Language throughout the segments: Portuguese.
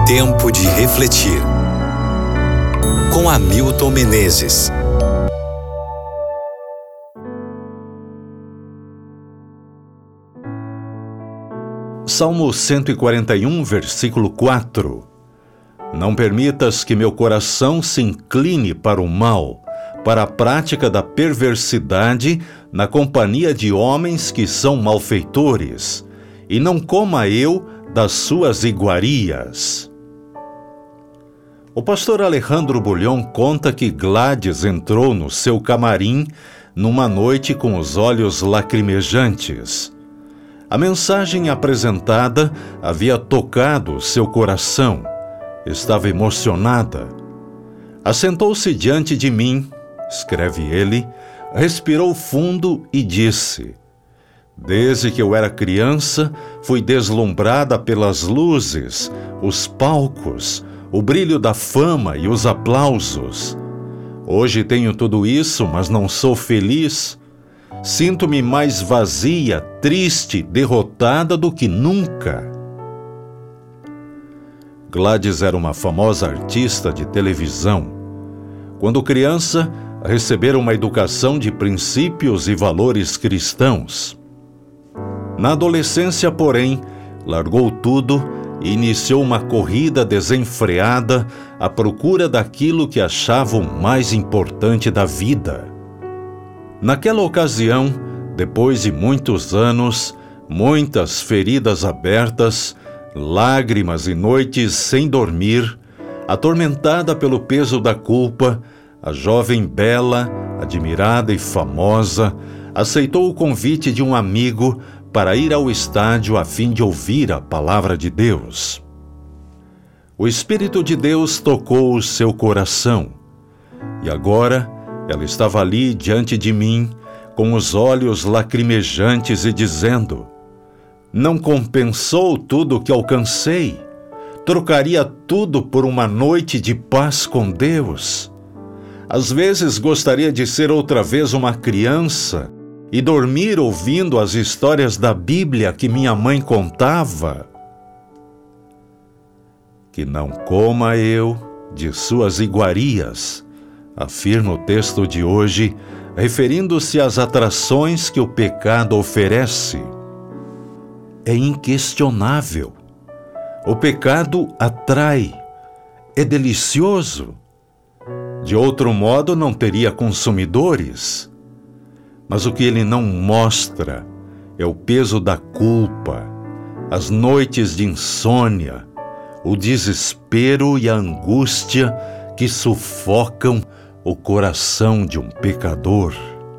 Tempo de refletir. Com Hamilton Menezes. Salmo 141, versículo 4. Não permitas que meu coração se incline para o mal, para a prática da perversidade, na companhia de homens que são malfeitores, e não coma eu das suas iguarias. O pastor Alejandro Bulhon conta que Gladys entrou no seu camarim numa noite com os olhos lacrimejantes. A mensagem apresentada havia tocado seu coração. Estava emocionada. Assentou-se diante de mim, escreve ele, respirou fundo e disse: desde que eu era criança, fui deslumbrada pelas luzes, os palcos, o brilho da fama e os aplausos. Hoje tenho tudo isso, mas não sou feliz. Sinto-me mais vazia, triste, derrotada do que nunca. Gladys era uma famosa artista de televisão. Quando criança, recebera uma educação de princípios e valores cristãos. Na adolescência, porém, largou tudo e iniciou uma corrida desenfreada à procura daquilo que achava o mais importante da vida. Naquela ocasião, depois de muitos anos, muitas feridas abertas, lágrimas e noites sem dormir, atormentada pelo peso da culpa, a jovem bela, admirada e famosa, aceitou o convite de um amigo para ir ao estádio a fim de ouvir a palavra de Deus. O Espírito de Deus tocou o seu coração, e agora ela estava ali diante de mim, com os olhos lacrimejantes e dizendo: não compensou tudo o que alcancei? Trocaria tudo por uma noite de paz com Deus? Às vezes gostaria de ser outra vez uma criança e dormir ouvindo as histórias da Bíblia que minha mãe contava. Que não coma eu de suas iguarias, afirma o texto de hoje, referindo-se às atrações que o pecado oferece. É inquestionável. O pecado atrai, é delicioso. De outro modo, não teria consumidores. Mas o que ele não mostra é o peso da culpa, as noites de insônia, o desespero e a angústia que sufocam o coração de um pecador.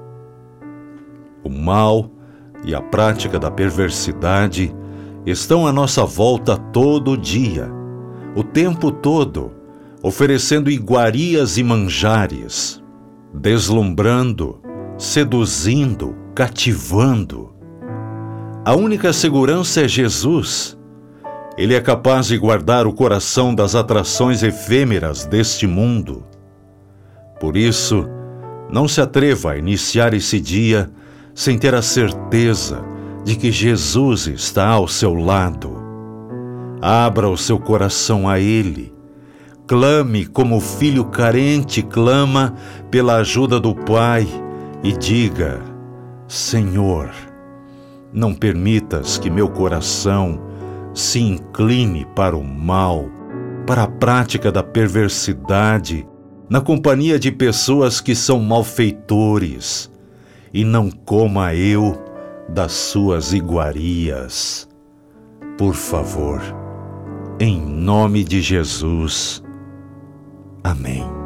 O mal e a prática da perversidade estão à nossa volta todo dia, o tempo todo, oferecendo iguarias e manjares, deslumbrando, seduzindo, cativando. A única segurança é Jesus. Ele é capaz de guardar o coração das atrações efêmeras deste mundo. Por isso, não se atreva a iniciar esse dia sem ter a certeza de que Jesus está ao seu lado. Abra o seu coração a Ele. Clame como o filho carente clama pela ajuda do Pai e diga: Senhor, não permitas que meu coração se incline para o mal, para a prática da perversidade, na companhia de pessoas que são malfeitores, e não coma eu das suas iguarias. Por favor, em nome de Jesus. Amém.